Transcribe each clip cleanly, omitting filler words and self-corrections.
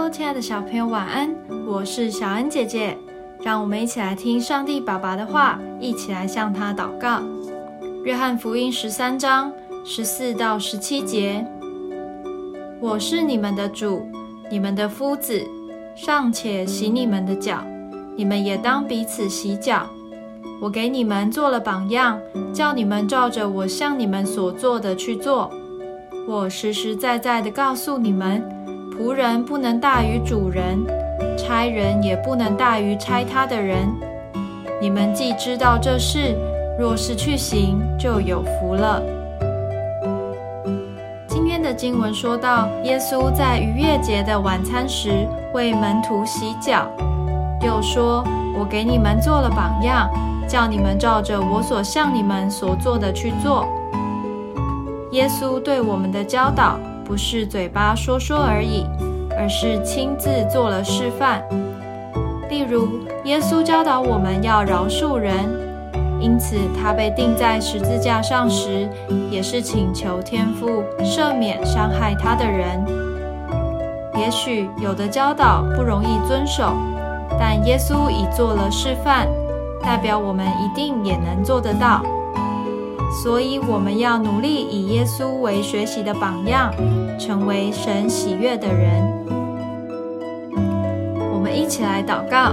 Hello， 亲爱的小朋友，晚安！我是小恩姐姐，让我们一起来听上帝爸爸的话，一起来向他祷告。约翰福音13章14到17节：我是你们的主，你们的夫子，尚且洗你们的脚，你们也当彼此洗脚。我给你们做了榜样，叫你们照着我向你们所做的去做。我实实在在地告诉你们，仆人不能大于主人，差人也不能大于差他的人。你们既知道这事，若是去行，就有福了。今天的经文说到，耶稣在逾越节的晚餐时为门徒洗脚，又说：我给你们做了榜样，叫你们照着我所向你们所做的去做。耶稣对我们的教导不是嘴巴说说而已，而是亲自做了示范。例如，耶稣教导我们要饶恕人，因此他被钉在十字架上时，也是请求天父赦免伤害他的人。也许有的教导不容易遵守，但耶稣已做了示范，代表我们一定也能做得到。所以我们要努力以耶稣为学习的榜样，成为神喜悦的人。我们一起来祷告。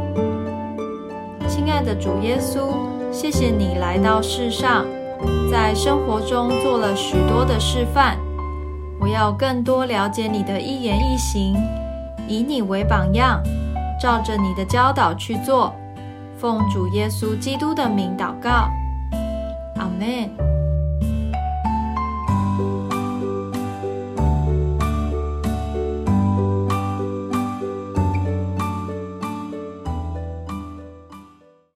亲爱的主耶稣，谢谢你来到世上，在生活中做了许多的示范。我要更多了解你的一言一行，以你为榜样，照着你的教导去做。奉主耶稣基督的名祷告，阿们。